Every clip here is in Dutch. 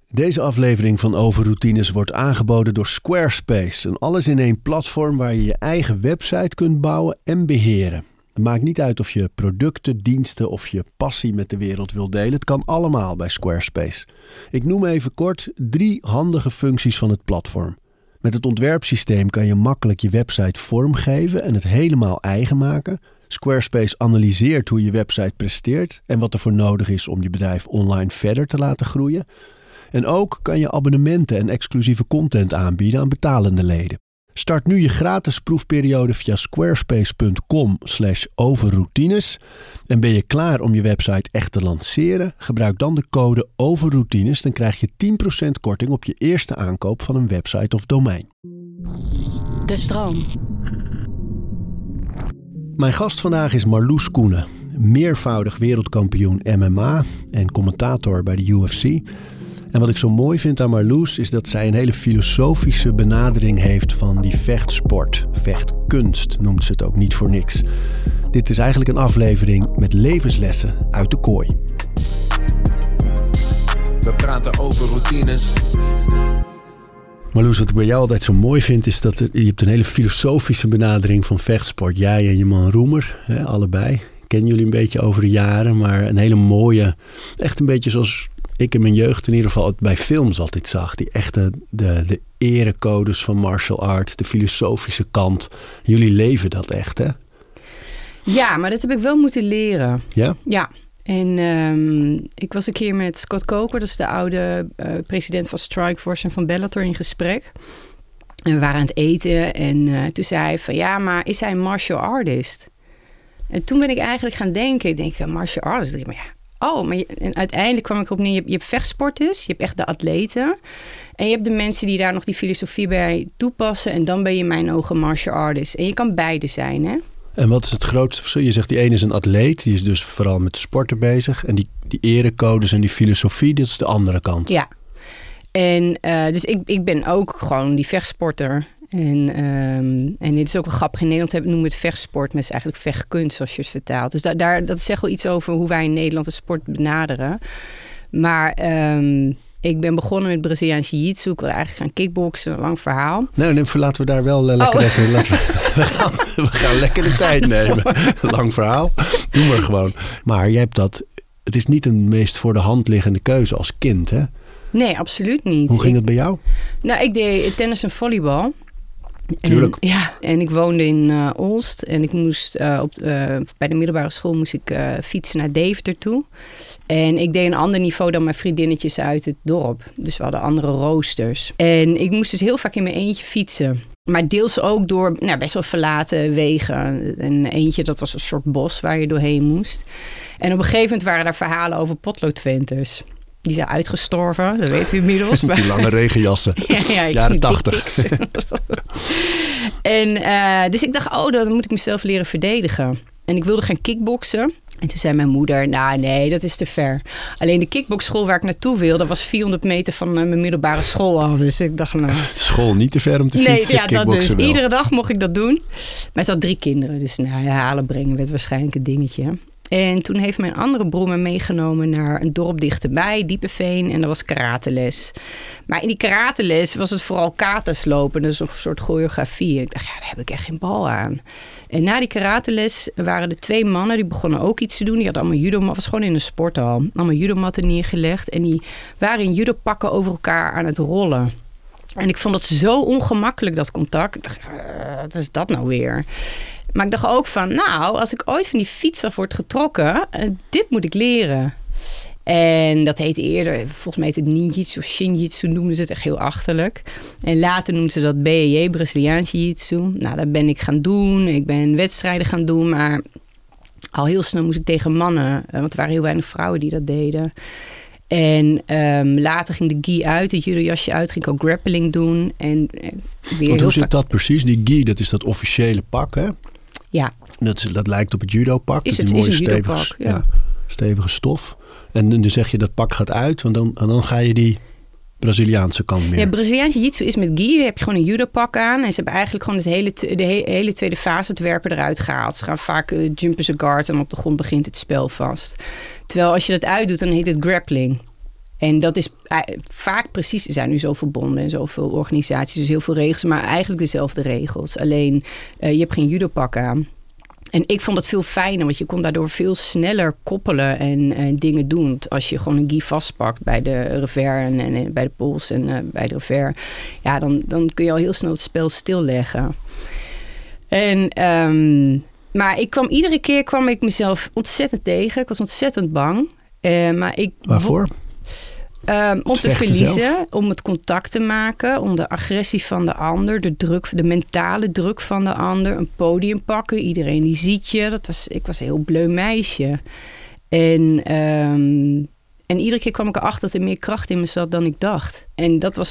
Deze aflevering van Overroutines wordt aangeboden door Squarespace. Een alles-in-één platform waar je je eigen website kunt bouwen en beheren. Het maakt niet uit of je producten, diensten of je passie met de wereld wil delen. Het kan allemaal bij Squarespace. Ik noem even kort 3 handige functies van het platform. Met het ontwerpsysteem kan je makkelijk je website vormgeven en het helemaal eigen maken. Squarespace analyseert hoe je website presteert en wat er voor nodig is om je bedrijf online verder te laten groeien. En ook kan je abonnementen en exclusieve content aanbieden aan betalende leden. Start nu je gratis proefperiode via squarespace.com/overroutines. En ben je klaar om je website echt te lanceren? Gebruik dan de code overroutines. Dan krijg je 10% korting op je eerste aankoop van een website of domein. De stroom. Mijn gast vandaag is Marloes Koenen. Meervoudig wereldkampioen MMA en commentator bij de UFC. En wat ik zo mooi vind aan Marloes is dat zij een hele filosofische benadering heeft van die vechtsport. Vechtkunst noemt ze het ook niet voor niks. Dit is eigenlijk een aflevering met levenslessen uit de kooi. We praten over routines. Marloes, wat ik bij jou altijd zo mooi vind is dat je hebt een hele filosofische benadering van vechtsport. Jij en je man Roemer, allebei. Ik ken jullie een beetje over de jaren, maar een hele mooie, echt een beetje zoals ik in mijn jeugd in ieder geval bij films altijd zag. Die echte, de erecodes van martial art, de filosofische kant. Jullie leven dat echt, hè? Ja, maar dat heb ik wel moeten leren. Ja? Ja. En ik was een keer met Scott Coker, dat is de oude president van Strikeforce en van Bellator, in gesprek. En we waren aan het eten en toen zei hij van ja, maar is hij een martial artist? En toen ben ik eigenlijk gaan denken, ik denk martial artist, maar ja. En uiteindelijk kwam ik erop neer, je hebt vechtsporters, je hebt echt de atleten. En je hebt de mensen die daar nog die filosofie bij toepassen. En dan ben je in mijn ogen martial artist. En je kan beide zijn, hè? En wat is het grootste verschil? Je zegt die ene is een atleet, die is dus vooral met sporten bezig. En die erecodes en die filosofie, dat is de andere kant. Ja. En dus ik ben ook gewoon die vechtsporter. En dit is ook wel grappig. In Nederland noemen we het vechtsport, maar het is eigenlijk vechtkunst als je het vertaalt. Dus dat zegt wel iets over hoe wij in Nederland de sport benaderen. Maar ik ben begonnen met Braziliaans jiu-jitsu. Ik wilde eigenlijk gaan kickboksen, een lang verhaal. Nee, laten we daar wel lekker even... We gaan lekker de tijd nemen. Lang verhaal. Doe maar gewoon. Maar jij hebt dat... Het is niet een meest voor de hand liggende keuze als kind, hè? Nee, absoluut niet. Hoe ging het bij jou? Nou, ik deed tennis en volleybal. Tuurlijk. En ik woonde in Olst. En ik moest bij de middelbare school moest ik fietsen naar Deventer toe. En ik deed een ander niveau dan mijn vriendinnetjes uit het dorp. Dus we hadden andere roosters. En ik moest dus heel vaak in mijn eentje fietsen. Maar deels ook door best wel verlaten wegen. En eentje, dat was een soort bos waar je doorheen moest. En op een gegeven moment waren daar verhalen over potloodventers. Die zijn uitgestorven, dat weten we inmiddels. Die lange regenjassen. Jaren 80. En dus ik dacht, dan moet ik mezelf leren verdedigen. En ik wilde gaan kickboksen. En toen zei mijn moeder, nee, dat is te ver. Alleen de kickboxschool waar ik naartoe wilde, was 400 meter van mijn middelbare school af. Dus ik dacht, School niet te ver om te fietsen, ja, dat dus. Wel. Iedere dag mocht ik dat doen. Maar ze had 3 kinderen, dus halen brengen werd waarschijnlijk een dingetje. En toen heeft mijn andere broer me meegenomen naar een dorp dichterbij, Diepenveen. En dat was karateles. Maar in die karateles was het vooral katas lopen. Dus een soort choreografie. Ik dacht, daar heb ik echt geen bal aan. En na die karateles waren er 2 mannen. Die begonnen ook iets te doen. Die hadden allemaal judomatten. Het was gewoon in een sporthal. Allemaal judomatten neergelegd. En die waren in judopakken over elkaar aan het rollen. En ik vond dat zo ongemakkelijk, dat contact. Ik dacht, wat is dat nou weer? Maar ik dacht ook van, als ik ooit van die fiets af word getrokken, dit moet ik leren. En dat heette eerder, volgens mij heet het ninjitsu of shinjitsu, noemden ze het, echt heel achterlijk. En later noemden ze dat BJJ, Braziliaans jiu-jitsu. Dat ben ik gaan doen. Ik ben wedstrijden gaan doen, maar al heel snel moest ik tegen mannen, want er waren heel weinig vrouwen die dat deden. En later ging de gi uit, het judojasje uit, ging ik ook grappling doen. En weer hoe zit dat precies? Die gi, dat is dat officiële pak, hè? Ja. Dat lijkt op het judopak. Is die mooie stevige stof. En dan zeg je dat pak gaat uit, want dan ga je die Braziliaanse kant meer. Ja, Braziliaans jiu-jitsu is met gi. Heb je gewoon een judopak aan. En ze hebben eigenlijk gewoon de hele tweede fase, het werpen, eruit gehaald. Ze gaan vaak jumpen ze guard en op de grond begint het spel vast. Terwijl als je dat uitdoet, dan heet het grappling. En dat is vaak precies, er zijn nu zoveel bonden en zoveel organisaties, dus heel veel regels, maar eigenlijk dezelfde regels. Alleen je hebt geen judopak aan. En ik vond het veel fijner, want je kon daardoor veel sneller koppelen en dingen doen. Als je gewoon een gi vastpakt bij de revers en bij de pols en bij de revers, ja, dan kun je al heel snel het spel stilleggen. Maar iedere keer kwam ik mezelf ontzettend tegen. Ik was ontzettend bang. Waarvoor? Om te verliezen, om het contact te maken, om de agressie van de ander, de mentale druk van de ander, een podium pakken. Iedereen die ziet je. Ik was een heel bleu meisje. En iedere keer kwam ik erachter dat er meer kracht in me zat dan ik dacht. En dat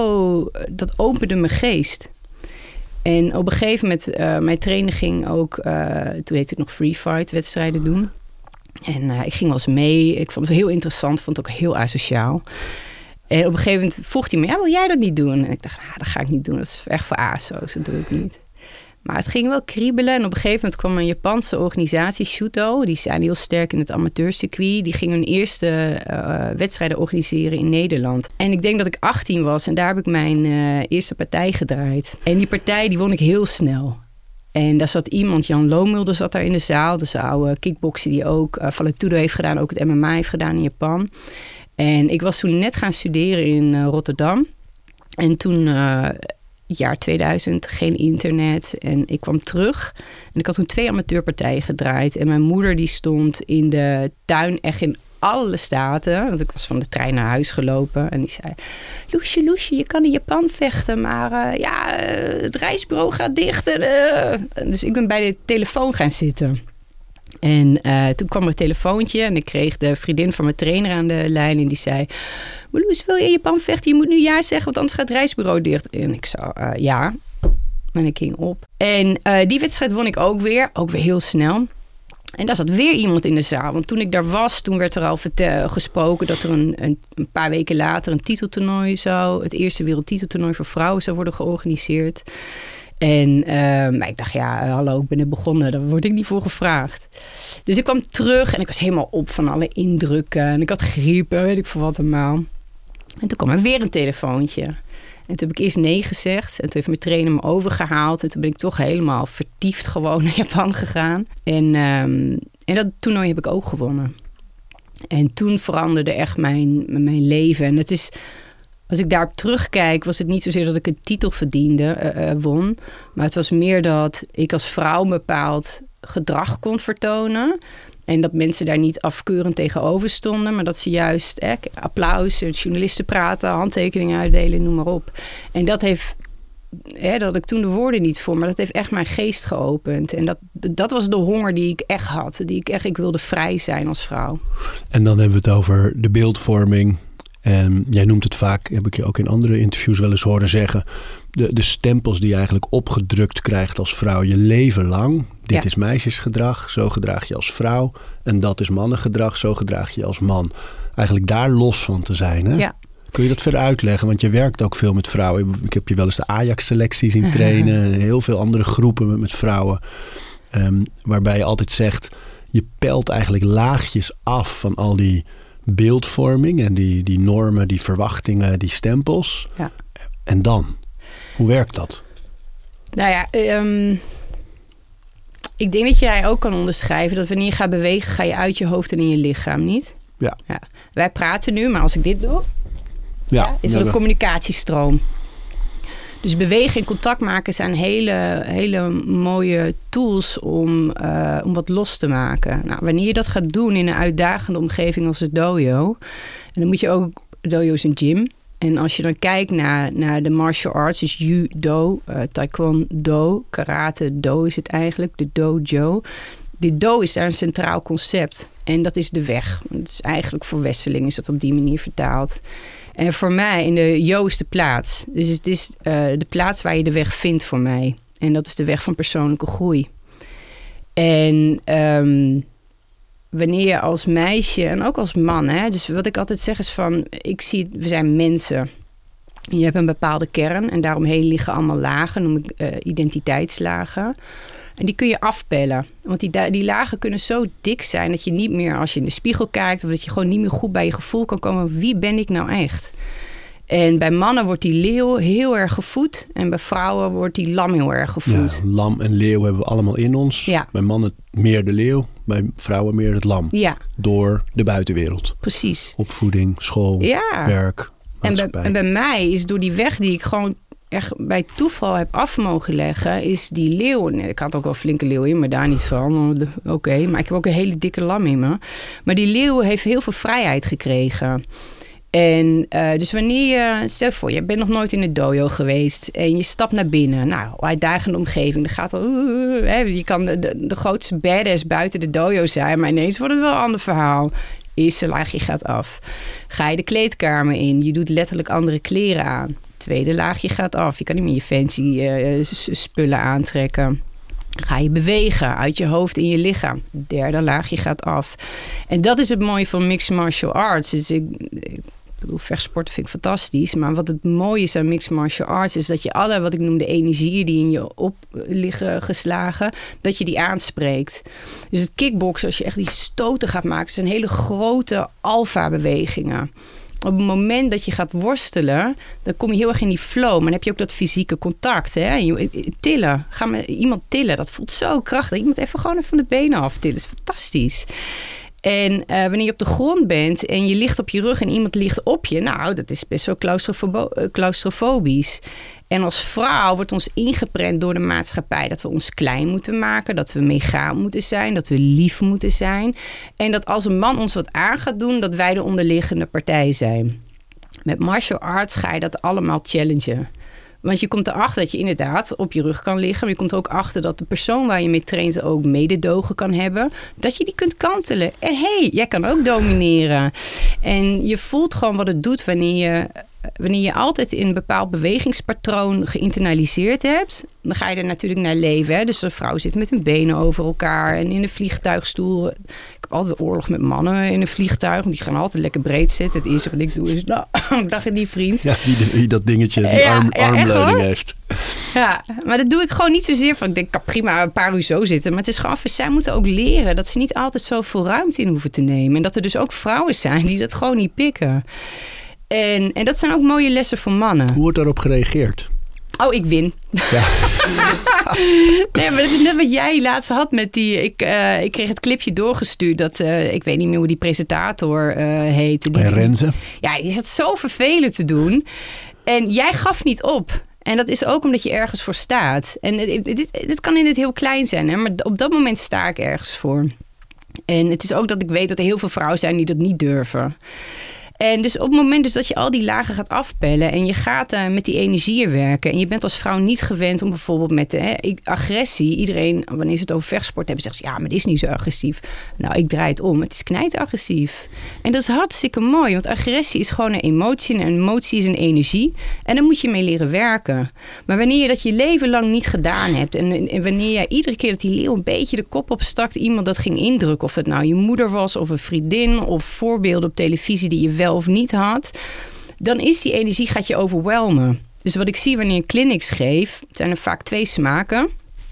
opende mijn geest. En op een gegeven moment, mijn trainer ging ook, toen heette het nog free fight wedstrijden doen. En ik ging wel eens mee. Ik vond het heel interessant. Vond het ook heel asociaal. En op een gegeven moment vroeg hij me, ja, wil jij dat niet doen? En ik dacht, dat ga ik niet doen. Dat is echt voor ASO's. Dat doe ik niet. Maar het ging wel kriebelen. En op een gegeven moment kwam een Japanse organisatie, Shuto. Die zijn heel sterk in het amateurcircuit. Die gingen hun eerste wedstrijden organiseren in Nederland. En ik denk dat ik 18 was. En daar heb ik mijn eerste partij gedraaid. En die partij die won ik heel snel. En daar zat iemand, Jan Loomulder zat daar in de zaal. Dus een oude kickbokser die ook Valetudo heeft gedaan. Ook het MMA heeft gedaan in Japan. En ik was toen net gaan studeren in Rotterdam. En toen, jaar 2000, geen internet. En ik kwam terug. En ik had toen 2 amateurpartijen gedraaid. En mijn moeder die stond in de tuin echt in alle staten. Want ik was van de trein naar huis gelopen. En die zei, Loesje, je kan in Japan vechten. Maar het reisbureau gaat dicht. Dus ik ben bij de telefoon gaan zitten. En toen kwam er een telefoontje. En ik kreeg de vriendin van mijn trainer aan de lijn. En die zei, Loes, wil je in Japan vechten? Je moet nu ja zeggen, want anders gaat het reisbureau dicht. En ik zei, ja. En ik ging op. En die wedstrijd won ik ook weer heel snel. En daar zat weer iemand in de zaal. Want toen ik daar was, toen werd er al gesproken dat er een paar weken later een titeltoernooi het eerste wereldtiteltoernooi voor vrouwen zou worden georganiseerd. Maar ik dacht, hallo, ik ben net begonnen. Daar word ik niet voor gevraagd. Dus ik kwam terug en ik was helemaal op van alle indrukken. En ik had griep en weet ik veel wat allemaal. En toen kwam er weer een telefoontje. En toen heb ik eerst nee gezegd. En toen heeft mijn trainer me overgehaald. En toen ben ik toch helemaal vertiefd gewoon naar Japan gegaan. En dat toernooi heb ik ook gewonnen. En toen veranderde echt mijn leven. En het is, als ik daarop terugkijk, was het niet zozeer dat ik een titel won. Maar het was meer dat ik als vrouw een bepaald gedrag kon vertonen. En dat mensen daar niet afkeurend tegenover stonden. Maar dat ze juist applaus, journalisten praten, handtekeningen uitdelen, noem maar op. En dat heeft, daar had ik toen de woorden niet voor. Maar dat heeft echt mijn geest geopend. En dat was de honger die ik echt had. Ik wilde vrij zijn als vrouw. En dan hebben we het over de beeldvorming. En jij noemt het vaak, heb ik je ook in andere interviews wel eens horen zeggen, de stempels die je eigenlijk opgedrukt krijgt als vrouw je leven lang. Dit is meisjesgedrag, zo gedraag je als vrouw. En dat is mannengedrag, zo gedraag je als man. Eigenlijk daar los van te zijn. Hè? Ja. Kun je dat verder uitleggen? Want je werkt ook veel met vrouwen. Ik heb je wel eens de Ajax-selectie zien trainen. Heel veel andere groepen met vrouwen. Waarbij je altijd zegt, je pelt eigenlijk laagjes af van al die beeldvorming en die normen, die verwachtingen, die stempels. Ja. En dan? Hoe werkt dat? Nou ja, ik denk dat jij ook kan onderschrijven dat wanneer je gaat bewegen, ga je uit je hoofd en in je lichaam, niet? Ja. Wij praten nu, maar als ik dit doe, is er een communicatiestroom. Dus bewegen en contact maken zijn hele mooie tools om wat los te maken. Nou, wanneer je dat gaat doen in een uitdagende omgeving als het dojo, en dan moet je ook, dojo is een gym. En als je dan kijkt naar de martial arts, dus judo, taekwondo, karate, do is het eigenlijk, de dojo. De do is daar een centraal concept. En dat is de weg. Het is eigenlijk voor Wesseling is dat op die manier vertaald. En voor mij in de jo is de plaats. Dus het is de plaats waar je de weg vindt voor mij. En dat is de weg van persoonlijke groei. En wanneer je als meisje en ook als man, dus wat ik altijd zeg is van, we zijn mensen. Je hebt een bepaalde kern en daaromheen liggen allemaal lagen, noem ik identiteitslagen. En die kun je afpellen. Want die lagen kunnen zo dik zijn dat je niet meer als je in de spiegel kijkt... of dat je gewoon niet meer goed bij je gevoel kan komen. Wie ben ik nou echt? En bij mannen wordt die leeuw heel erg gevoed. En bij vrouwen wordt die lam heel erg gevoed. Ja, lam en leeuw hebben we allemaal in ons. Ja. Bij mannen meer de leeuw. Bij vrouwen meer het lam. Ja. Door de buitenwereld. Precies. Opvoeding, school, werk, maatschappij. En bij mij is door die weg die ik gewoon echt bij toeval heb af mogen leggen... is die leeuw... Ik had ook wel een flinke leeuw in, maar daar niet van. Oké, maar ik heb ook een hele dikke lam in me. Maar die leeuw heeft heel veel vrijheid gekregen... En dus wanneer je, stel voor, je bent nog nooit in een dojo geweest en je stapt naar binnen. Nou, uitdagende omgeving, dan gaat al, je kan de grootste badass buiten de dojo zijn, maar ineens wordt het wel een ander verhaal. Eerste laagje gaat af. Ga je de kleedkamer in, je doet letterlijk andere kleren aan. Tweede laagje gaat af, je kan niet meer je fancy spullen aantrekken. Ga je bewegen uit je hoofd in je lichaam. Derde laagje gaat af. En dat is het mooie van mixed martial arts. Dus ik bedoel, vechtsporten vind ik fantastisch. Maar wat het mooie is aan mixed martial arts... is dat je alle, wat ik noem, de energieën die in je op liggen geslagen... dat je die aanspreekt. Dus het kickboksen, als je echt die stoten gaat maken... zijn hele grote alfa-bewegingen. Op het moment dat je gaat worstelen, dan kom je heel erg in die flow. Maar dan heb je ook dat fysieke contact. Hè? Tillen. Ga met iemand tillen. Dat voelt zo krachtig. Iemand even gewoon van de benen af tillen. Dat is fantastisch. En wanneer je op de grond bent en je ligt op je rug en iemand ligt op je... nou, dat is best wel claustrofobisch. En als vrouw wordt ons ingeprent door de maatschappij... dat we ons klein moeten maken, dat we meegaand moeten zijn... dat we lief moeten zijn. En dat als een man ons wat aan gaat doen... dat wij de onderliggende partij zijn. Met martial arts ga je dat allemaal challengen. Want je komt erachter dat je inderdaad op je rug kan liggen. Maar je komt er ook achter dat de persoon waar je mee traint ook mededogen kan hebben. Dat je die kunt kantelen. En jij kan ook domineren. En je voelt gewoon wat het doet wanneer je altijd in een bepaald bewegingspatroon geïnternaliseerd hebt. Dan ga je er natuurlijk naar leven. Hè? Dus een vrouw zit met hun benen over elkaar en in een vliegtuigstoel. Ik heb altijd oorlog met mannen in een vliegtuig. Want die gaan altijd lekker breed zitten. Het eerste wat ik doe is, dag die vriend. Ja, die dat dingetje, die armleuning heeft. Ja, maar dat doe ik gewoon niet zozeer van... ik denk, ik kan prima een paar uur zo zitten. Maar het is gewoon, zij moeten ook leren... dat ze niet altijd zoveel ruimte in hoeven te nemen. En dat er dus ook vrouwen zijn die dat gewoon niet pikken. En dat zijn ook mooie lessen voor mannen. Hoe wordt daarop gereageerd? Oh, ik win. Ja. Nee, maar dat is net wat jij laatst had met die... Ik kreeg het clipje doorgestuurd dat... ik weet niet meer hoe die presentator heette. Bij Renze? Ja, die zat zo vervelend te doen. En jij gaf niet op. En dat is ook omdat je ergens voor staat. En dit kan in het heel klein zijn. Hè? Maar op dat moment sta ik ergens voor. En het is ook dat ik weet dat er heel veel vrouwen zijn die dat niet durven. En dus op het moment dus dat je al die lagen gaat afpellen... en je gaat met die energieën werken... en je bent als vrouw niet gewend om bijvoorbeeld met agressie... iedereen, wanneer ze het over vechtsport hebben... zegt ze, ja, maar het is niet zo agressief. Nou, ik draai het om. Het is knijtagressief. En dat is hartstikke mooi. Want agressie is gewoon een emotie... en een emotie is een energie. En daar moet je mee leren werken. Maar wanneer je dat je leven lang niet gedaan hebt... en wanneer je iedere keer dat die leeuw een beetje de kop opstak... iemand dat ging indrukken... of dat nou je moeder was of een vriendin... of voorbeelden op televisie die je wel of niet had, dan is die energie gaat je overwhelmen. Dus wat ik zie wanneer ik clinics geef, zijn er vaak 2 smaken.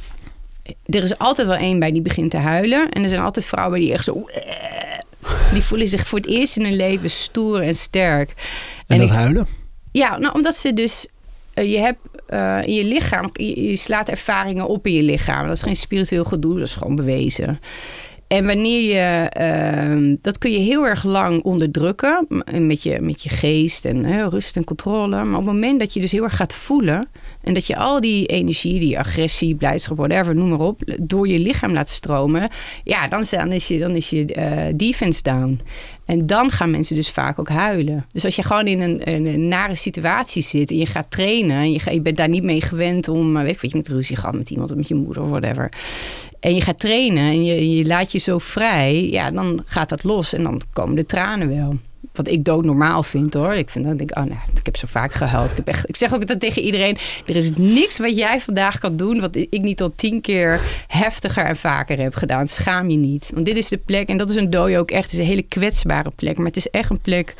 Er is altijd wel één bij die begint te huilen. En er zijn altijd vrouwen die echt zo... Die voelen zich voor het eerst in hun leven stoer en sterk. En dat huilen? Ja, nou, omdat ze dus... je hebt in je lichaam... Je slaat ervaringen op in je lichaam. Dat is geen spiritueel gedoe, dat is gewoon bewezen. En wanneer je... dat kun je heel erg lang onderdrukken. Met je geest en rust en controle. Maar op het moment dat je dus heel erg gaat voelen... en dat je al die energie, die agressie, blijdschap, whatever, noem maar op... door je lichaam laat stromen... ja, dan is je defense down. En dan gaan mensen dus vaak ook huilen. Dus als je gewoon in een nare situatie zit... en je gaat trainen... en je bent daar niet mee gewend om... weet ik wat, je met ruzie gehad met iemand... of met je moeder of whatever... en je gaat trainen en je laat je zo vrij... ja, dan gaat dat los en dan komen de tranen wel. Wat ik doodnormaal vind, hoor. Ik vind dan denk ik heb zo vaak gehuild. Ik zeg ook dat tegen iedereen... er is niks wat jij vandaag kan doen... wat ik niet al 10 keer heftiger en vaker heb gedaan. Schaam je niet. Want dit is de plek, en dat is een dojo ook echt... het is een hele kwetsbare plek. Maar het is echt een plek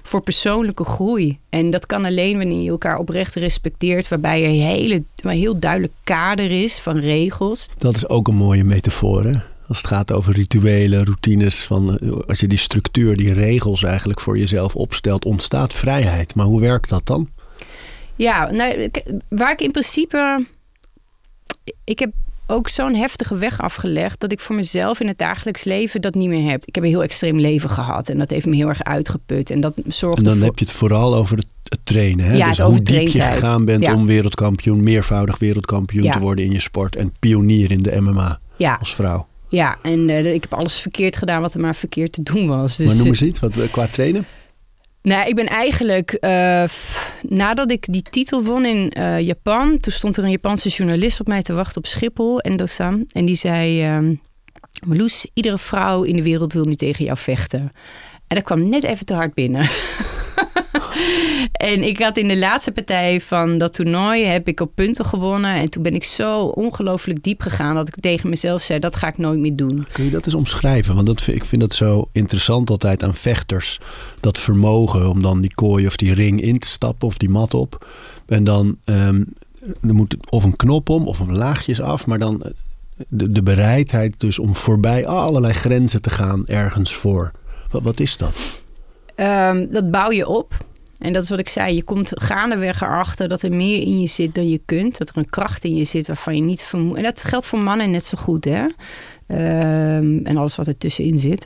voor persoonlijke groei. En dat kan alleen wanneer je elkaar oprecht respecteert, waarbij er een heel duidelijk kader is van regels. Dat is ook een mooie metafoor, hè? Als het gaat over rituelen, routines, als je die structuur, die regels eigenlijk voor jezelf opstelt, ontstaat vrijheid. Maar hoe werkt dat dan? Ja, nou, waar ik in principe... Ik heb ook zo'n heftige weg afgelegd dat ik voor mezelf in het dagelijks leven dat niet meer heb. Ik heb een heel extreem leven gehad en dat heeft me heel erg uitgeput. En dat zorgde En dan heb je het vooral over het trainen. Hè? Ja, dus het hoe diep je gegaan bent om wereldkampioen, meervoudig wereldkampioen te worden in je sport. En pionier in de MMA als vrouw. Ja, en ik heb alles verkeerd gedaan wat er maar verkeerd te doen was. Dus, maar noem eens iets, qua trainen? Nou, ik ben eigenlijk, nadat ik die titel won in Japan, toen stond er een Japanse journalist op mij te wachten op Schiphol, Endo-san. En die zei, Marloes, iedere vrouw in de wereld wil nu tegen jou vechten. En dat kwam net even te hard binnen. En ik had in de laatste partij van dat toernooi heb ik op punten gewonnen. En toen ben ik zo ongelooflijk diep gegaan dat ik tegen mezelf zei, dat ga ik nooit meer doen. Kun je dat eens omschrijven? Want ik vind dat zo interessant altijd aan vechters. Dat vermogen om dan die kooi of die ring in te stappen of die mat op. En dan er moet of een knop om of een laagjes af. Maar dan de bereidheid dus om voorbij allerlei grenzen te gaan ergens voor. Wat is dat? Dat bouw je op. En dat is wat ik zei. Je komt gaandeweg erachter dat er meer in je zit dan je kunt. Dat er een kracht in je zit waarvan je niet vermoedt. En dat geldt voor mannen net zo goed, hè? En alles wat er tussenin zit.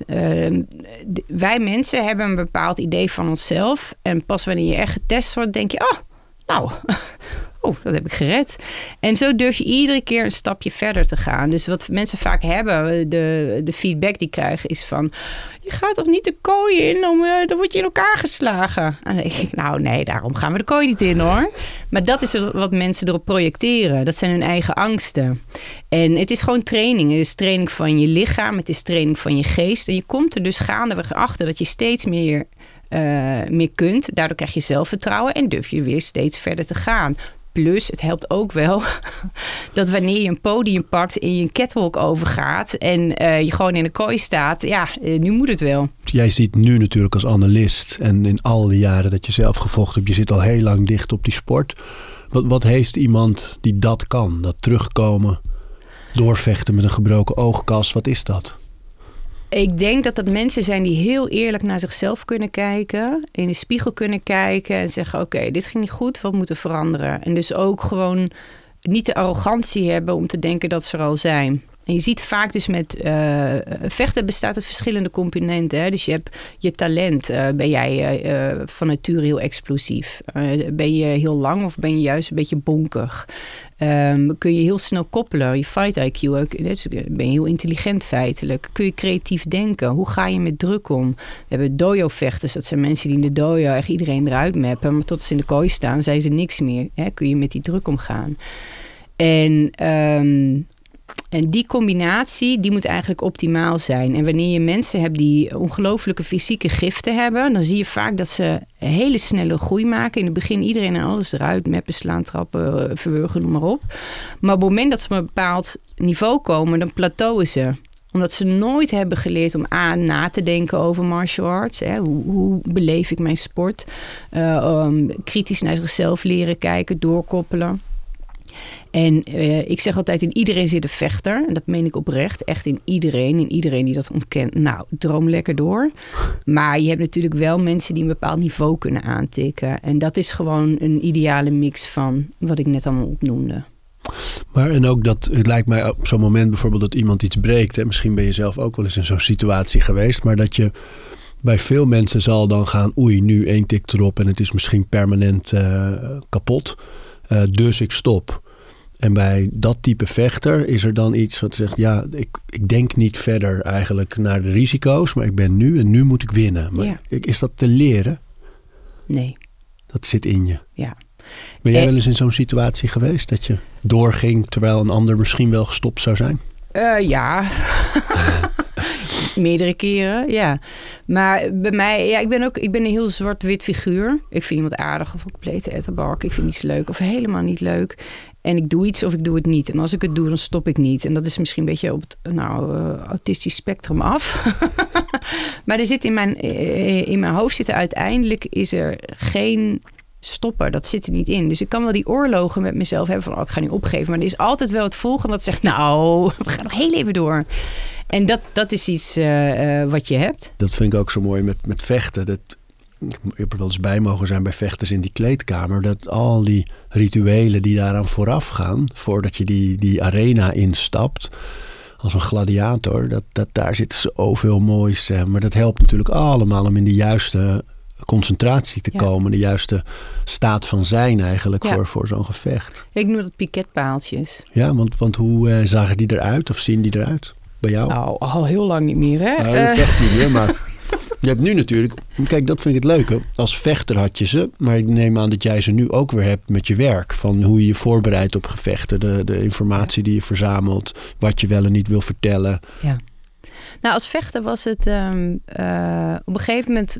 Wij mensen hebben een bepaald idee van onszelf. En pas wanneer je echt getest wordt, denk je, dat heb ik gered. En zo durf je iedere keer een stapje verder te gaan. Dus wat mensen vaak hebben, de feedback die krijgen, is van, je gaat toch niet de kooi in, dan word je in elkaar geslagen. En dan denk ik, nou nee, daarom gaan we de kooi niet in hoor. Maar dat is wat mensen erop projecteren. Dat zijn hun eigen angsten. En het is gewoon training. Het is training van je lichaam, het is training van je geest. En je komt er dus gaandeweg achter dat je steeds meer kunt. Daardoor krijg je zelfvertrouwen en durf je weer steeds verder te gaan. Plus, het helpt ook wel dat wanneer je een podium pakt en je een catwalk overgaat en je gewoon in de kooi staat, nu moet het wel. Jij ziet nu natuurlijk als analist en in al die jaren dat je zelf gevochten hebt, je zit al heel lang dicht op die sport. Wat heeft iemand die dat kan? Dat terugkomen, doorvechten met een gebroken oogkas, wat is dat? Ik denk dat dat mensen zijn die heel eerlijk naar zichzelf kunnen kijken. In de spiegel kunnen kijken en zeggen, oké, dit ging niet goed, wat moet er veranderen? En dus ook gewoon niet de arrogantie hebben om te denken dat ze er al zijn. En je ziet vaak dus met vechten bestaat uit verschillende componenten. Hè? Dus je hebt je talent. Ben jij van nature heel explosief? Ben je heel lang of ben je juist een beetje bonkig? Kun je heel snel koppelen? Je fight IQ, ben je heel intelligent feitelijk? Kun je creatief denken? Hoe ga je met druk om? We hebben dojo-vechters. Dat zijn mensen die in de dojo echt iedereen eruit mappen. Maar tot ze in de kooi staan, zijn ze niks meer. Hè? Kun je met die druk omgaan? En die combinatie, die moet eigenlijk optimaal zijn. En wanneer je mensen hebt die ongelooflijke fysieke giften hebben, dan zie je vaak dat ze een hele snelle groei maken. In het begin iedereen en alles eruit, meppen, slaan, trappen, verwurgen, noem maar op. Maar op het moment dat ze op een bepaald niveau komen, dan plateauen ze. Omdat ze nooit hebben geleerd om na te denken over martial arts. Hè? Hoe beleef ik mijn sport? Kritisch naar zichzelf leren kijken, doorkoppelen. En ik zeg altijd, in iedereen zit een vechter. En dat meen ik oprecht. Echt in iedereen die dat ontkent. Nou, droom lekker door. Maar je hebt natuurlijk wel mensen die een bepaald niveau kunnen aantikken. En dat is gewoon een ideale mix van wat ik net allemaal opnoemde. Maar en ook dat, het lijkt mij op zo'n moment bijvoorbeeld dat iemand iets breekt. Hè? Misschien ben je zelf ook wel eens in zo'n situatie geweest. Maar dat je bij veel mensen zal dan gaan, oei, nu 1 tik erop en het is misschien permanent kapot. Dus ik stop. En bij dat type vechter is er dan iets wat zegt, ik denk niet verder eigenlijk naar de risico's, maar ik ben nu en nu moet ik winnen. Maar is dat te leren? Nee. Dat zit in je? Ja. Ben jij wel eens in zo'n situatie geweest dat je doorging terwijl een ander misschien wel gestopt zou zijn? Ja. Meerdere keren, ja. Maar bij mij, ik ben een heel zwart-wit figuur. Ik vind iemand aardig of een complete ettenbak. Ik vind iets leuk of helemaal niet leuk. En ik doe iets of ik doe het niet. En als ik het doe, dan stop ik niet. En dat is misschien een beetje op het autistisch spectrum af. Maar er zit in mijn hoofd zitten uiteindelijk is er geen stoppen. Dat zit er niet in. Dus ik kan wel die oorlogen met mezelf hebben van ik ga nu opgeven. Maar er is altijd wel het volgende dat zegt we gaan nog heel even door. En dat is iets wat je hebt. Dat vind ik ook zo mooi met vechten. Ik heb er wel eens bij mogen zijn bij vechters in die kleedkamer. Dat al die rituelen die daaraan vooraf gaan, voordat je die arena instapt, als een gladiator, daar zit zoveel moois. Maar dat helpt natuurlijk allemaal om in de juiste concentratie te komen. De juiste staat van zijn eigenlijk voor zo'n gevecht. Ik noem dat piketpaaltjes. Ja, want hoe zagen die eruit of zien die eruit bij jou? Nou, al heel lang niet meer, hè? Dat vecht niet meer, maar je hebt nu natuurlijk... Kijk, dat vind ik het leuke. Als vechter had je ze, maar ik neem aan dat jij ze nu ook weer hebt met je werk. Van hoe je je voorbereidt op gevechten, de informatie die je verzamelt, wat je wel en niet wil vertellen. Ja. Nou, als vechter was het op een gegeven moment...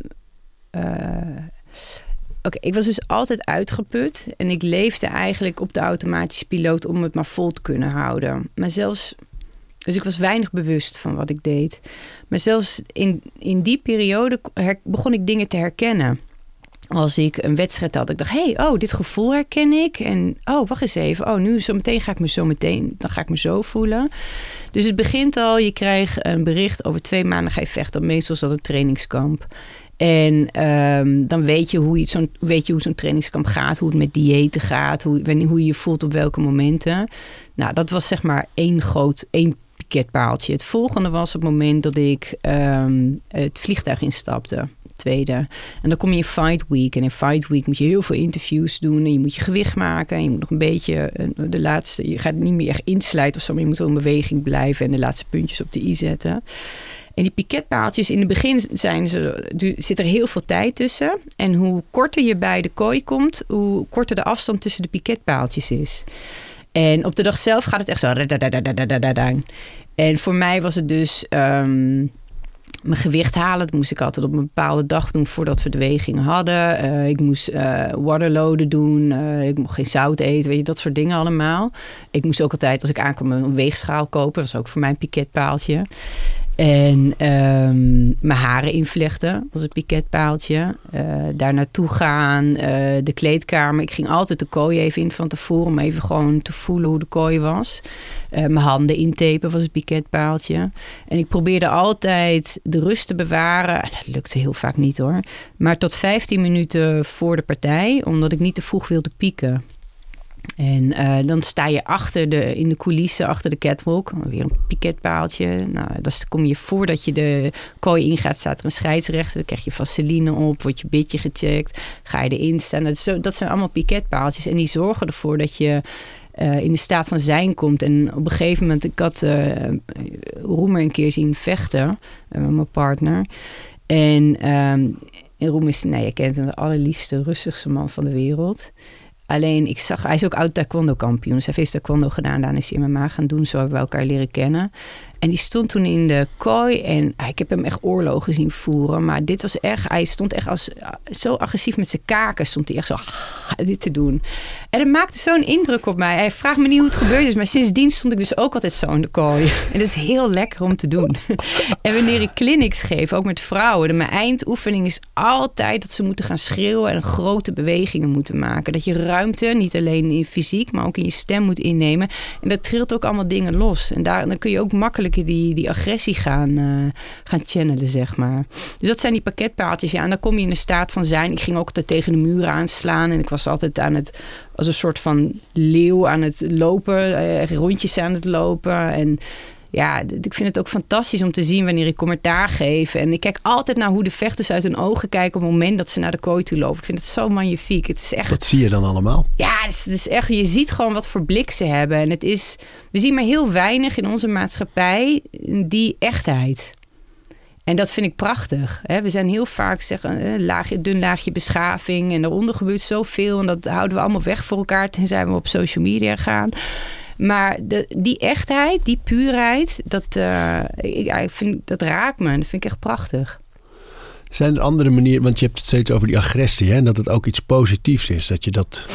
ik was dus altijd uitgeput. En ik leefde eigenlijk op de automatische piloot om het maar vol te kunnen houden. Maar zelfs... Dus ik was weinig bewust van wat ik deed. Maar zelfs in die periode begon ik dingen te herkennen. Als ik een wedstrijd had, ik dacht, dit gevoel herken ik. En wacht eens even. Nu zometeen ga ik me zo voelen. Dus het begint al, je krijgt een bericht over 2 maanden ga je vechten. Meestal is dat een trainingskamp. En dan weet je hoe zo'n trainingskamp gaat, hoe het met diëten gaat, hoe je je voelt op welke momenten. Nou, dat was zeg maar één piketpaaltje. Het volgende was het moment dat ik het vliegtuig instapte. Tweede. En dan kom je in Fight Week. En in Fight Week moet je heel veel interviews doen. En je moet je gewicht maken. En je moet nog een beetje de laatste... Je gaat niet meer echt inslijten of zo. Maar je moet wel in beweging blijven. En de laatste puntjes op de i zetten. En die piketpaaltjes, in het begin zit er heel veel tijd tussen. En hoe korter je bij de kooi komt, hoe korter de afstand tussen de piketpaaltjes is. En op de dag zelf gaat het echt zo. En voor mij was het dus mijn gewicht halen. Dat moest ik altijd op een bepaalde dag doen voordat we de wegingen hadden. Ik moest waterloaden doen. Ik mocht geen zout eten. Weet je, dat soort dingen allemaal. Ik moest ook altijd, als ik aankwam, een weegschaal kopen. Dat was ook voor mij een piketpaaltje. En mijn haren invlechten was het piketpaaltje. Daar naartoe gaan, de kleedkamer. Ik ging altijd de kooi even in van tevoren om even gewoon te voelen hoe de kooi was. Mijn handen intapen was het piketpaaltje. En ik probeerde altijd de rust te bewaren. Dat lukte heel vaak niet hoor. Maar tot 15 minuten voor de partij, omdat ik niet te vroeg wilde pieken. En dan sta je in de coulissen, achter de catwalk. Weer een piketpaaltje. Nou, dan kom je voordat je de kooi ingaat, staat er een scheidsrechter. Dan krijg je vaseline op, wordt je bitje gecheckt. Ga je erin staan. Dat zijn allemaal piketpaaltjes. En die zorgen ervoor dat je in de staat van zijn komt. En op een gegeven moment, ik had Roemer een keer zien vechten. Mijn partner. En Roemer is, je kent hem, de allerliefste, rustigste man van de wereld. Alleen, hij is ook oud taekwondo kampioen. Dus hij heeft taekwondo gedaan. Daarna is hij MMA gaan doen. Zo hebben we elkaar leren kennen. En die stond toen in de kooi. En ik heb hem echt oorlogen zien voeren. Maar dit was echt... Hij stond echt zo agressief met zijn kaken. Stond hij echt zo dit te doen. En dat maakte zo'n indruk op mij. Hij vraagt me niet hoe het gebeurd is. Maar sindsdien stond ik dus ook altijd zo in de kooi. En dat is heel lekker om te doen. En wanneer ik clinics geef, ook met vrouwen. Mijn eindoefening is altijd dat ze moeten gaan schreeuwen. En grote bewegingen moeten maken. Dat je ruimte, niet alleen in fysiek, maar ook in je stem moet innemen. En dat trilt ook allemaal dingen los. En dan kun je ook makkelijker die agressie gaan channelen, zeg maar. Dus dat zijn die paketpaaltjes. Ja, en dan kom je in een staat van zijn. Ik ging ook altijd tegen de muren aanslaan. En ik was altijd als een soort van leeuw aan het lopen. Rondjes aan het lopen. En ja, ik vind het ook fantastisch om te zien wanneer ik commentaar geef. En ik kijk altijd naar hoe de vechters uit hun ogen kijken op het moment dat ze naar de kooi toe lopen. Ik vind het zo magnifiek. Het is echt... Wat zie je dan allemaal? Ja, het is echt, je ziet gewoon wat voor blik ze hebben. En we zien maar heel weinig in onze maatschappij die echtheid. En dat vind ik prachtig. We zijn heel vaak een dun laagje beschaving. En daaronder gebeurt zoveel. En dat houden we allemaal weg voor elkaar, tenzij we op social media gaan. Maar die echtheid, die puurheid, ik vind, dat raakt me. Dat vind ik echt prachtig. Zijn er andere manieren, want je hebt het steeds over die agressie, hè? En dat het ook iets positiefs is. Dat je dat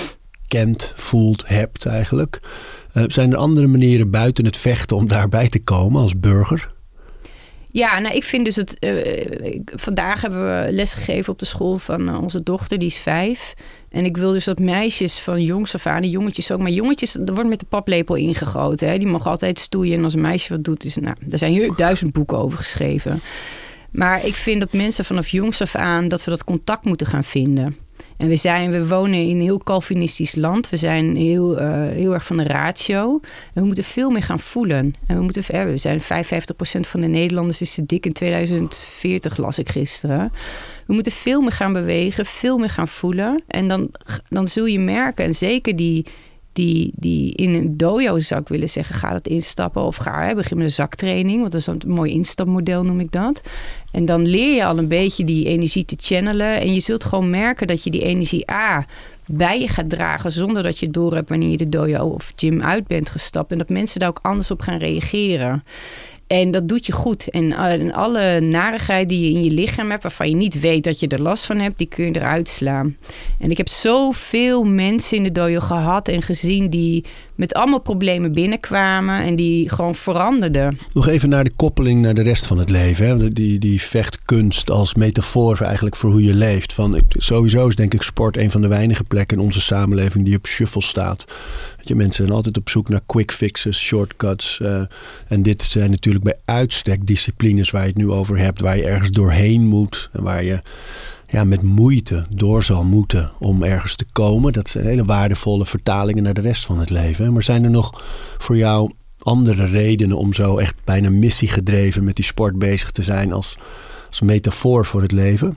kent, voelt, hebt eigenlijk. Zijn er andere manieren buiten het vechten om daarbij te komen als burger? Ja, nou ik vind dus vandaag hebben we lesgegeven op de school van onze dochter, die is 5. En ik wil dus dat meisjes van jongs af aan, de jongetjes ook, maar jongetjes, er wordt met de paplepel ingegoten. Hè? Die mogen altijd stoeien en als een meisje wat doet, daar zijn 1000 boeken over geschreven. Maar ik vind dat mensen vanaf jongs af aan, dat we dat contact moeten gaan vinden. En we wonen in een heel Calvinistisch land. We zijn heel erg van de ratio. En we moeten veel meer gaan voelen. En we zijn 55% van de Nederlanders is te dik in 2040, las ik gisteren. We moeten veel meer gaan bewegen, veel meer gaan voelen. En dan zul je merken, en zeker die in een dojo zou ik willen zeggen, ga dat instappen of begin met een zaktraining, want dat is een mooi instapmodel, noem ik dat. En dan leer je al een beetje die energie te channelen en je zult gewoon merken dat je die energie bij je gaat dragen zonder dat je door hebt wanneer je de dojo of gym uit bent gestapt en dat mensen daar ook anders op gaan reageren. En dat doet je goed. En alle narigheid die je in je lichaam hebt, waarvan je niet weet dat je er last van hebt, die kun je eruit slaan. En ik heb zoveel mensen in de dojo gehad en gezien die met allemaal problemen binnenkwamen en die gewoon veranderden. Nog even naar de koppeling naar de rest van het leven. Hè? Die vechtkunst als metafoor eigenlijk voor hoe je leeft. Sowieso is denk ik sport een van de weinige plekken in onze samenleving die op shuffle staat. Mensen zijn altijd op zoek naar quick fixes, shortcuts. En dit zijn natuurlijk bij uitstek disciplines waar je het nu over hebt. Waar je ergens doorheen moet. En waar je met moeite door zal moeten om ergens te komen. Dat zijn hele waardevolle vertalingen naar de rest van het leven. Maar zijn er nog voor jou andere redenen om zo echt bijna missiegedreven met die sport bezig te zijn als metafoor voor het leven?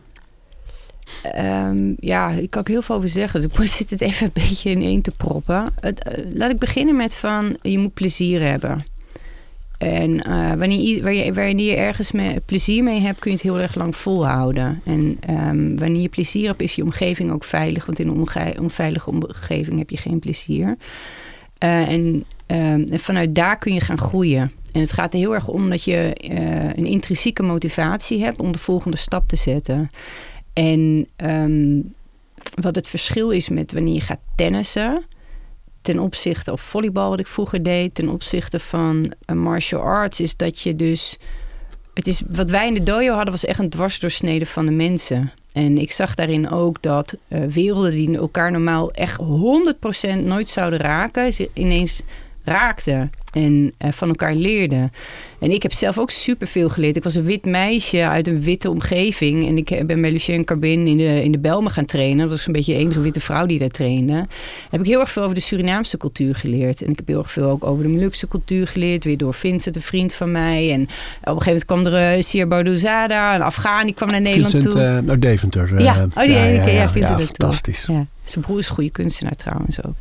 Ik kan ook heel veel over zeggen. Dus ik zit het even een beetje ineen te proppen. Laat ik beginnen met je moet plezier hebben. En wanneer je ergens plezier mee hebt, kun je het heel erg lang volhouden. En wanneer je plezier hebt, is je omgeving ook veilig. Want in een onveilige omgeving heb je geen plezier. En vanuit daar kun je gaan groeien. En het gaat er heel erg om dat je een intrinsieke motivatie hebt om de volgende stap te zetten. En wat het verschil is met wanneer je gaat tennissen ten opzichte, of volleybal wat ik vroeger deed, ten opzichte van martial arts, is dat je dus, wat wij in de dojo hadden was echt een dwarsdoorsnede van de mensen. En ik zag daarin ook dat werelden die elkaar normaal echt 100% nooit zouden raken, ze ineens raakten en van elkaar leerden. En ik heb zelf ook superveel geleerd. Ik was een wit meisje uit een witte omgeving. En ik ben bij Lucien Carbin in de Belmen gaan trainen. Dat was een beetje de enige witte vrouw die daar trainde. Dan heb ik heel erg veel over de Surinaamse cultuur geleerd. En ik heb heel erg veel ook over de Molukse cultuur geleerd. Weer door Vincent, een vriend van mij. En op een gegeven moment kwam er Sier Boudouzada, een Afghaan, die kwam naar Nederland Vincent, toe. Naar Deventer. Vincent fantastisch. Ja. Zijn broer is een goede kunstenaar trouwens ook.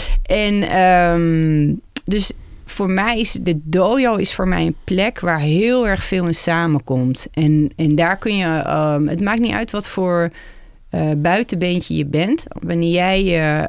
En dus voor mij is de dojo voor mij een plek waar heel erg veel in samenkomt. En daar kun je, het maakt niet uit wat voor buitenbeentje je bent. Wanneer jij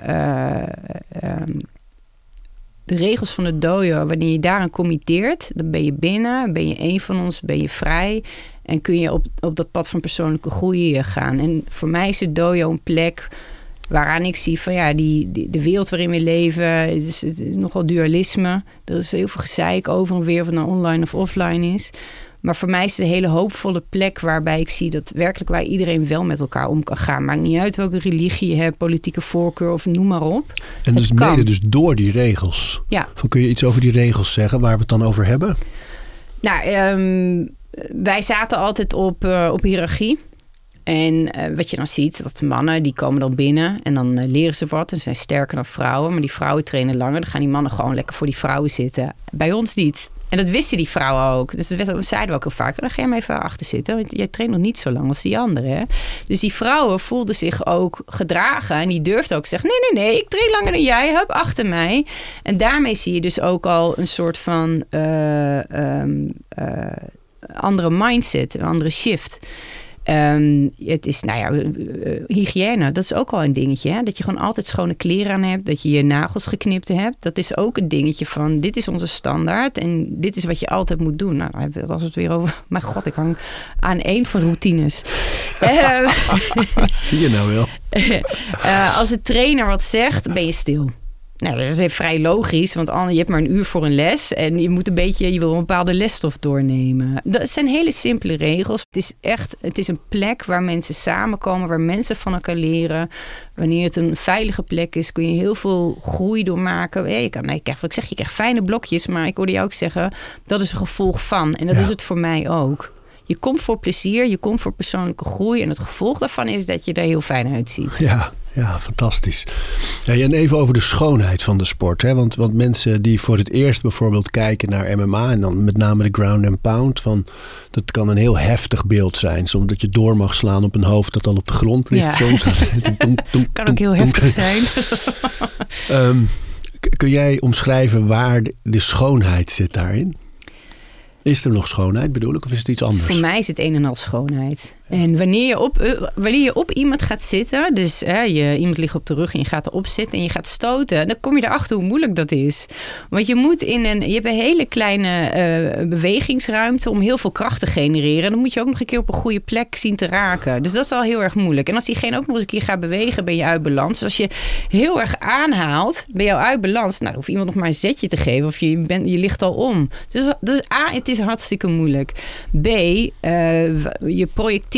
de regels van de dojo, wanneer je daaraan committeert, dan ben je binnen, ben je één van ons, ben je vrij. En kun je op dat pad van persoonlijke groei gaan. En voor mij is de dojo een plek waaraan ik zie van de wereld waarin we leven, het is nogal dualisme. Er is heel veel gezeik over en weer of het nou online of offline is. Maar voor mij is het een hele hoopvolle plek waarbij ik zie dat werkelijk waar iedereen wel met elkaar om kan gaan. Maakt niet uit welke religie je hebt, politieke voorkeur of noem maar op. En dus mede door die regels. Ja. Kun je iets over die regels zeggen waar we het dan over hebben? Nou, wij zaten altijd op hiërarchie. En wat je dan ziet, dat de mannen die komen dan binnen en dan leren ze wat. En ze zijn sterker dan vrouwen, maar die vrouwen trainen langer. Dan gaan die mannen gewoon lekker voor die vrouwen zitten. Bij ons niet. En dat wisten die vrouwen ook. Dus dat zeiden we ook heel vaak. Dan ga je maar even achter zitten. Want jij traint nog niet zo lang als die anderen. Hè? Dus die vrouwen voelden zich ook gedragen. En die durfden ook te zeggen, nee, ik train langer dan jij. Hup, achter mij. En daarmee zie je dus ook al een soort van andere mindset. Een andere shift. het is, hygiëne, dat is ook wel een dingetje. Hè? Dat je gewoon altijd schone kleren aan hebt. Dat je je nagels geknipt hebt. Dat is ook een dingetje van, dit is onze standaard. En dit is wat je altijd moet doen. Nou, dan hebben we het als het weer over... Mijn god, ik hang aan één van routines. Zie je nou wel. Als de trainer wat zegt, ben je stil. Nou, dat is vrij logisch, want je hebt maar een uur voor een les en je wil een bepaalde lesstof doornemen. Dat zijn hele simpele regels. Het is een plek waar mensen samenkomen, waar mensen van elkaar leren. Wanneer het een veilige plek is, kun je heel veel groei doormaken. Je krijgt fijne blokjes, maar ik hoorde jou ook zeggen, dat is een gevolg van. En dat is het voor mij ook. Je komt voor plezier, je komt voor persoonlijke groei. En het gevolg daarvan is dat je er heel fijn uitziet. Ja, fantastisch. Ja, en even over de schoonheid van de sport. Hè? Want mensen die voor het eerst bijvoorbeeld kijken naar MMA... en dan met name de ground and pound... dat kan een heel heftig beeld zijn. Soms dat je door mag slaan op een hoofd dat al op de grond ligt. Ja. Soms kan ook heel heftig zijn. Kun jij omschrijven waar de schoonheid zit daarin? Is er nog schoonheid, bedoel ik, of is het iets anders? Voor mij is het een en al schoonheid. Ja. En wanneer je op iemand gaat zitten... dus iemand ligt op de rug en je gaat erop zitten en je gaat stoten... dan kom je erachter hoe moeilijk dat is. Want je hebt een hele kleine bewegingsruimte... om heel veel kracht te genereren. En dan moet je ook nog een keer op een goede plek zien te raken. Dus dat is al heel erg moeilijk. En als diegene ook nog eens een keer gaat bewegen, ben je uit balans. Dus als je heel erg aanhaalt, ben je uit balans. Nou, dan hoeft iemand nog maar een zetje te geven... of je ligt al om. Dus A, het is hartstikke moeilijk. B, je projecteert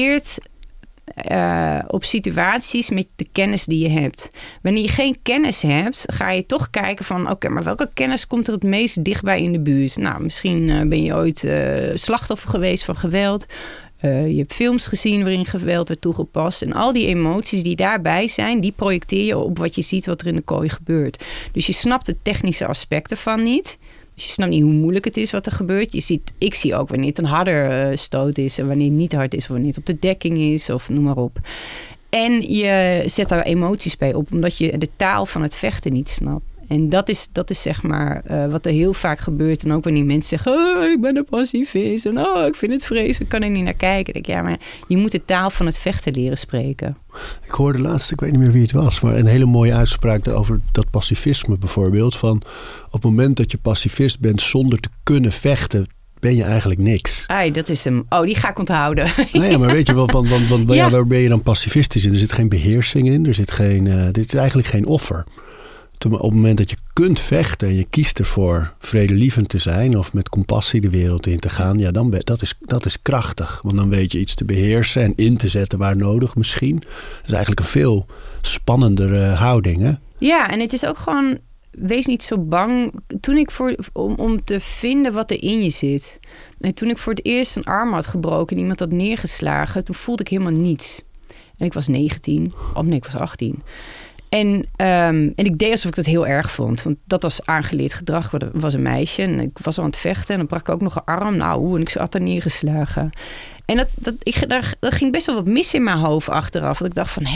op situaties met de kennis die je hebt. Wanneer je geen kennis hebt, ga je toch kijken van... oké, maar welke kennis komt er het meest dichtbij in de buurt? Nou, misschien ben je ooit slachtoffer geweest van geweld... je hebt films gezien waarin geweld werd toegepast. En al die emoties die daarbij zijn... die projecteer je op wat je ziet wat er in de kooi gebeurt. Dus je snapt de technische aspecten van niet... Dus je snapt niet hoe moeilijk het is wat er gebeurt. Ik zie ook wanneer het een harder stoot is... en wanneer het niet hard is, of wanneer het op de dekking is... of noem maar op. En je zet daar emoties bij op... omdat je de taal van het vechten niet snapt. En dat is zeg maar wat er heel vaak gebeurt. En ook wanneer mensen zeggen... ik ben een pacifist en ik vind het vreselijk... kan er niet naar kijken. Ik denk, ja, maar je moet de taal van het vechten leren spreken. Ik hoorde laatst, ik weet niet meer wie het was... maar een hele mooie uitspraak over dat pacifisme bijvoorbeeld. Van op het moment dat je pacifist bent zonder te kunnen vechten... ben je eigenlijk niks. Dat is hem. Oh, die ga ik onthouden. Nou ja, maar weet je wel, waar ben je dan pacifistisch in? Er zit geen beheersing in. Dit is eigenlijk geen offer. Op het moment dat je kunt vechten en je kiest ervoor vredelievend te zijn... of met compassie de wereld in te gaan... ja, dat is krachtig. Want dan weet je iets te beheersen en in te zetten waar nodig misschien. Dat is eigenlijk een veel spannendere houding, hè? Ja, en het is ook gewoon... wees niet zo bang. Toen ik om te vinden wat er in je zit. En toen ik voor het eerst een arm had gebroken... en iemand had neergeslagen... toen voelde ik helemaal niets. En ik was 19. Ik was 18. En ik deed alsof ik dat heel erg vond. Want dat was aangeleerd gedrag. Ik was een meisje en ik was al aan het vechten. En dan brak ik ook nog een arm. En ik had er neergeslagen. En dat ging best wel wat mis in mijn hoofd achteraf. Dat ik dacht van,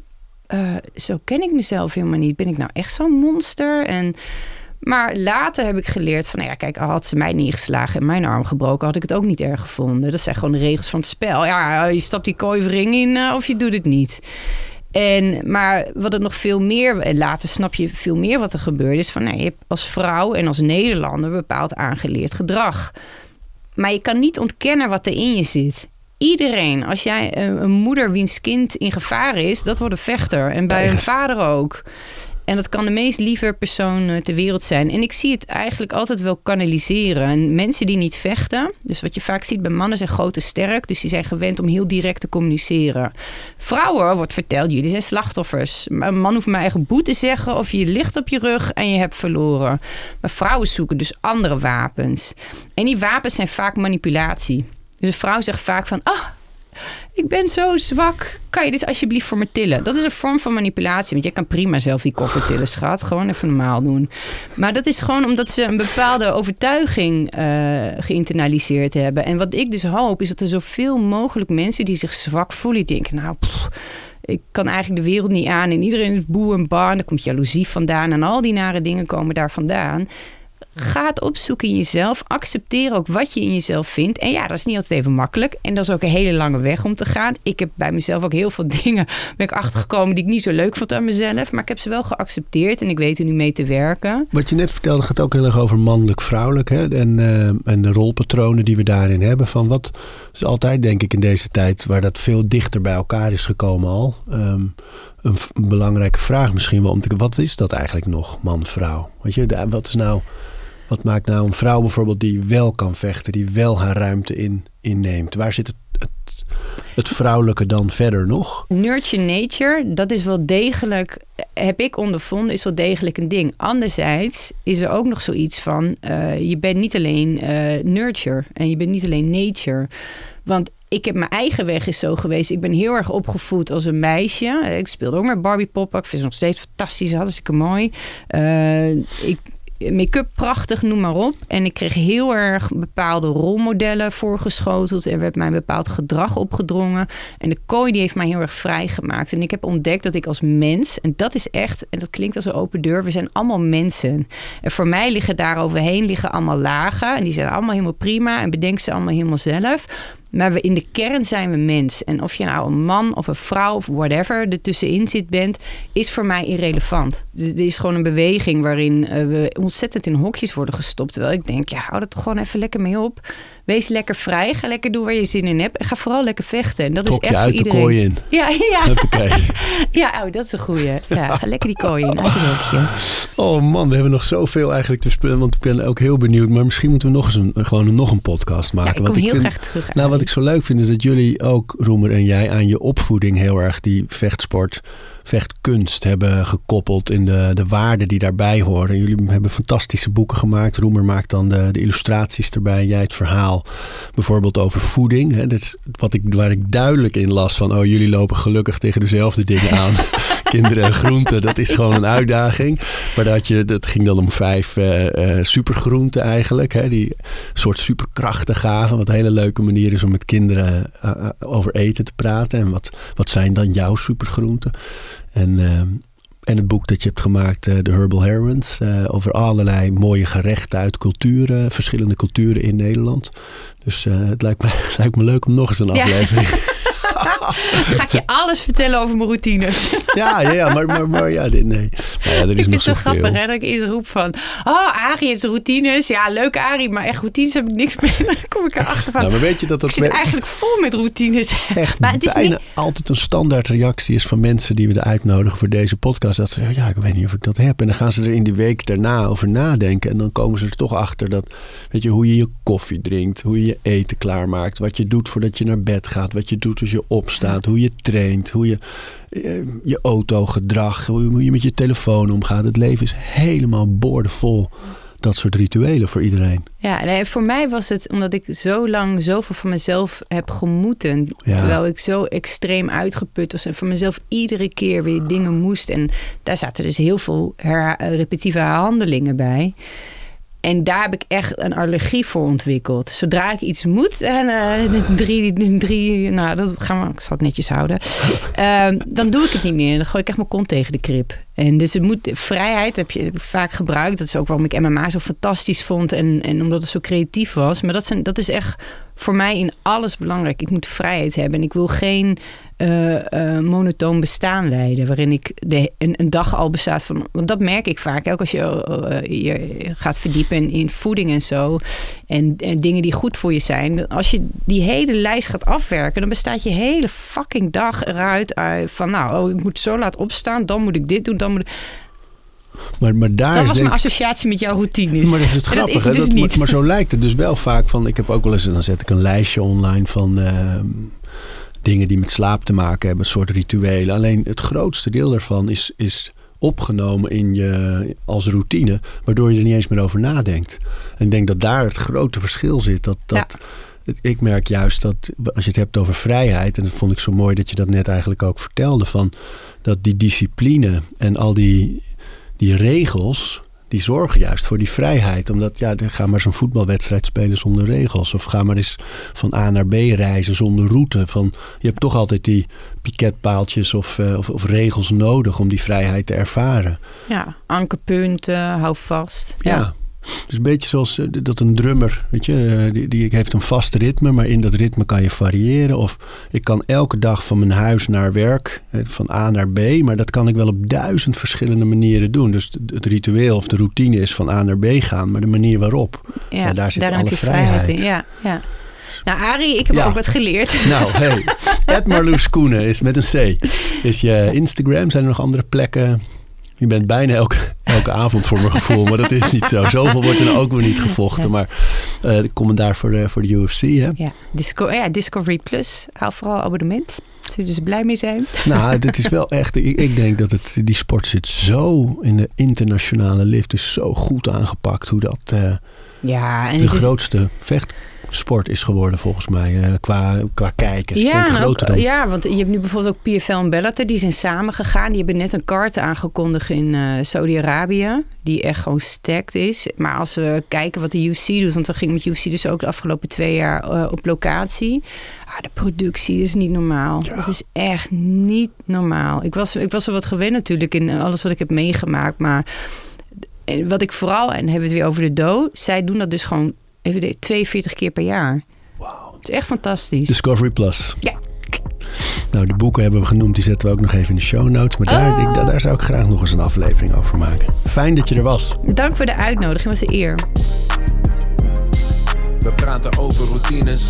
zo ken ik mezelf helemaal niet. Ben ik nou echt zo'n monster? Maar later heb ik geleerd van... al had ze mij neergeslagen en mijn arm gebroken... had ik het ook niet erg gevonden. Dat zijn gewoon de regels van het spel. Ja, je stapt die kooivering in of je doet het niet. Maar wat het nog veel meer... en later snap je veel meer wat er gebeurt... is van je hebt als vrouw en als Nederlander... bepaald aangeleerd gedrag. Maar je kan niet ontkennen wat er in je zit. Iedereen, als jij een moeder wiens kind in gevaar is... dat wordt een vechter. En bij een vader ook. En dat kan de meest lieve persoon ter wereld zijn. En ik zie het eigenlijk altijd wel kanaliseren. En mensen die niet vechten... dus wat je vaak ziet bij mannen zijn groot en sterk... dus die zijn gewend om heel direct te communiceren. Vrouwen wordt verteld, jullie zijn slachtoffers. Een man hoeft maar eigen boe te zeggen... of je ligt op je rug en je hebt verloren. Maar vrouwen zoeken dus andere wapens. En die wapens zijn vaak manipulatie. Dus een vrouw zegt vaak van... ik ben zo zwak. Kan je dit alsjeblieft voor me tillen? Dat is een vorm van manipulatie. Want je kan prima zelf die koffer tillen, schat. Gewoon even normaal doen. Maar dat is gewoon omdat ze een bepaalde overtuiging geïnternaliseerd hebben. En wat ik dus hoop, is dat er zoveel mogelijk mensen die zich zwak voelen... die denken, ik kan eigenlijk de wereld niet aan. En iedereen is boe en bar. En daar komt jaloezie vandaan. En al die nare dingen komen daar vandaan. ga het opzoeken in jezelf. Accepteer ook wat je in jezelf vindt. En ja, dat is niet altijd even makkelijk. En dat is ook een hele lange weg om te gaan. Ik heb bij mezelf ook heel veel dingen ben ik achtergekomen die ik niet zo leuk vond aan mezelf. Maar ik heb ze wel geaccepteerd en ik weet er nu mee te werken. Wat je net vertelde gaat ook heel erg over mannelijk-vrouwelijk. Hè? En de rolpatronen die we daarin hebben. Van wat is altijd, denk ik, in deze tijd waar dat veel dichter bij elkaar is gekomen al. Een belangrijke vraag misschien wel. Wat is dat eigenlijk nog, man-vrouw? Weet je, wat maakt nou een vrouw bijvoorbeeld die wel kan vechten, die wel haar ruimte inneemt? Waar zit het vrouwelijke dan verder nog? Nurture nature, dat is wel degelijk, heb ik ondervonden, is wel degelijk een ding. Anderzijds is er ook nog zoiets van, je bent niet alleen nurture en je bent niet alleen nature. Want ik heb mijn eigen weg is zo geweest. Ik ben heel erg opgevoed als een meisje. Ik speelde ook met Barbie poppen. Ik vind ze nog steeds fantastisch, hartstikke mooi. Make-up prachtig, noem maar op. En ik kreeg heel erg bepaalde rolmodellen voorgeschoteld. Er werd mij een bepaald gedrag opgedrongen. En de kooi die heeft mij heel erg vrijgemaakt. En ik heb ontdekt dat ik als mens, en dat is echt, en dat klinkt als een open deur, we zijn allemaal mensen. En voor mij liggen daar overheen allemaal lagen. En die zijn allemaal helemaal prima. En bedenk ze allemaal helemaal zelf. Maar in de kern zijn we mens. En of je nou een man of een vrouw of whatever er tussenin bent, is voor mij irrelevant. Er is gewoon een beweging waarin we ontzettend in hokjes worden gestopt. Terwijl ik denk, ja, hou er toch gewoon even lekker mee op. Wees lekker vrij. Ga lekker doen waar je zin in hebt. En ga vooral lekker vechten. En dat Trok is echt je uit voor iedereen. De kooi in. Ja. Huppakee. Ja, dat is een goeie. Ja, ga lekker die kooi in. Uit het hokje. Oh man, we hebben nog zoveel eigenlijk te spelen. Want ik ben ook heel benieuwd. Maar misschien moeten we nog een podcast maken. Ja, ik kom heel graag terug. Nou, wat ik zo leuk vind is dat jullie ook, Roemer en jij, aan je opvoeding heel erg die vechtsport, vechtkunst hebben gekoppeld in de waarden die daarbij horen. Jullie hebben fantastische boeken gemaakt. Roemer maakt dan de illustraties erbij. Jij het verhaal bijvoorbeeld over voeding. Hè? Dat is waar ik duidelijk in las van, jullie lopen gelukkig tegen dezelfde dingen aan. Kinderen en groenten, dat is gewoon een uitdaging. Maar dat ging dan om 5 supergroenten eigenlijk. Hè? Die soort superkrachten gaven. Wat een hele leuke manier is om met kinderen over eten te praten. En wat zijn dan jouw supergroenten? En het boek dat je hebt gemaakt, The Herbal Heroines, over allerlei mooie gerechten uit culturen, verschillende culturen in Nederland. Dus het lijkt me leuk om nog eens een aflevering. Ga ik je alles vertellen over mijn routines? Ja, maar ja, nee. Nou ja, er is ik vind nog het zo zoveel. grappig hè, dat ik eens roep van, Arie is routines. Ja, leuk Arie, maar echt routines heb ik niks mee. Dan kom ik erachter van, Nou, maar weet je dat ik zit eigenlijk vol met routines. Echt maar het is bijna niet altijd een standaard reactie is van mensen die we uitnodigen voor deze podcast. Dat ze zeggen, ja, ik weet niet of ik dat heb. En dan gaan ze er in die week daarna over nadenken. En dan komen ze er toch achter dat, weet je, hoe je koffie drinkt, hoe je je eten klaarmaakt, wat je doet voordat je naar bed gaat, wat je doet als je opstaat, hoe je traint, hoe je autogedrag, hoe je met je telefoon omgaat. Het leven is helemaal boordevol dat soort rituelen voor iedereen. Ja, nee, voor mij was het omdat ik zo lang zoveel van mezelf heb gemoeten. Ja. Terwijl ik zo extreem uitgeput was en voor mezelf iedere keer weer dingen moest. En daar zaten dus heel veel repetitieve handelingen bij. En daar heb ik echt een allergie voor ontwikkeld. Zodra ik iets moet, nou, dat gaan we, ik zal het netjes houden. Dan doe ik het niet meer. Dan gooi ik echt mijn kont tegen de krip. En dus vrijheid heb je vaak gebruikt. Dat is ook waarom ik MMA zo fantastisch vond. En omdat het zo creatief was. Maar dat is echt voor mij in alles belangrijk. Ik moet vrijheid hebben. En ik wil geen monotoon bestaan leiden. Waarin ik een dag al bestaat van. Want dat merk ik vaak. Ook als je gaat verdiepen in voeding en zo. En dingen die goed voor je zijn. Als je die hele lijst gaat afwerken. Dan bestaat je hele fucking dag eruit van ik moet zo laat opstaan. Dan moet ik dit doen. Maar daar dat was mijn associatie met jouw routines. Maar dat is het grappige. Dat is het dus niet. Maar zo lijkt het dus wel vaak van. Ik heb ook wel eens, dan zet ik een lijstje online van dingen die met slaap te maken hebben, een soort rituelen. Alleen het grootste deel daarvan is opgenomen in je als routine, waardoor je er niet eens meer over nadenkt. En ik denk dat daar het grote verschil zit. Ik merk juist dat als je het hebt over vrijheid, en dat vond ik zo mooi dat je dat net eigenlijk ook vertelde, van dat die discipline en al die regels, die zorgen juist voor die vrijheid. Omdat, ga maar zo'n voetbalwedstrijd spelen zonder regels. Of ga maar eens van A naar B reizen zonder route. Je hebt toch altijd die piketpaaltjes of regels nodig om die vrijheid te ervaren. Ja, ankerpunten, hou vast. Ja. Dus een beetje zoals dat een drummer, weet je, die heeft een vast ritme, maar in dat ritme kan je variëren. Of ik kan elke dag van mijn huis naar werk, van A naar B, maar dat kan ik wel op 1000 verschillende manieren doen. Dus het ritueel of de routine is van A naar B gaan, maar de manier waarop, daar zit alle vrijheid in. Ja. Nou, Arie, ik heb ook wat geleerd. Nou, hey, @Marloes Koenen is met een C. Is je Instagram, zijn er nog andere plekken? Je bent bijna elke avond voor mijn gevoel, maar dat is niet zo. Zoveel wordt er ook weer niet gevochten. Maar de commentaar voor de UFC, hè? Ja, Discovery Plus. Hou vooral abonnement. Zul je dus blij mee zijn? Nou, dit is wel echt... Ik denk dat die sport zit zo in de internationale lift. Is zo goed aangepakt hoe dat de grootste vechtsport is geworden volgens mij. Qua kijkers. Ja, want je hebt nu bijvoorbeeld ook PFL en Bellator. Die zijn samen gegaan. Die hebben net een kaart aangekondigd in Saudi-Arabië. Die echt gewoon stacked is. Maar als we kijken wat de UFC doet. Want we gingen met UFC dus ook de afgelopen 2 jaar op locatie. De productie is niet normaal. Ja. Het is echt niet normaal. Ik was er wat gewend natuurlijk in alles wat ik heb meegemaakt. Maar wat ik vooral, en hebben we het weer over de dood. Zij doen dat dus gewoon 42 keer per jaar. Wauw. Het is echt fantastisch. Discovery Plus. Ja. Nou, de boeken hebben we genoemd. Die zetten we ook nog even in de show notes. Maar daar zou ik graag nog eens een aflevering over maken. Fijn dat je er was. Dank voor de uitnodiging. Het was een eer. We praten over routines.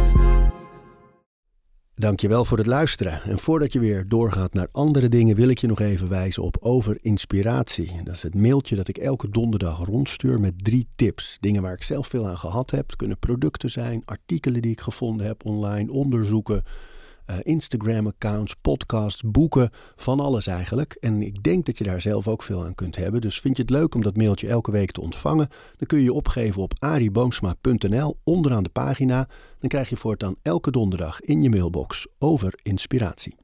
Dankjewel voor het luisteren. En voordat je weer doorgaat naar andere dingen, wil ik je nog even wijzen op Over Inspiratie. Dat is het mailtje dat ik elke donderdag rondstuur met 3 tips. Dingen waar ik zelf veel aan gehad heb. Het kunnen producten zijn, artikelen die ik gevonden heb online, onderzoeken, Instagram-accounts, podcasts, boeken, van alles eigenlijk. En ik denk dat je daar zelf ook veel aan kunt hebben. Dus vind je het leuk om dat mailtje elke week te ontvangen? Dan kun je je opgeven op arieboomsma.nl onderaan de pagina. Dan krijg je voortaan elke donderdag in je mailbox Over Inspiratie.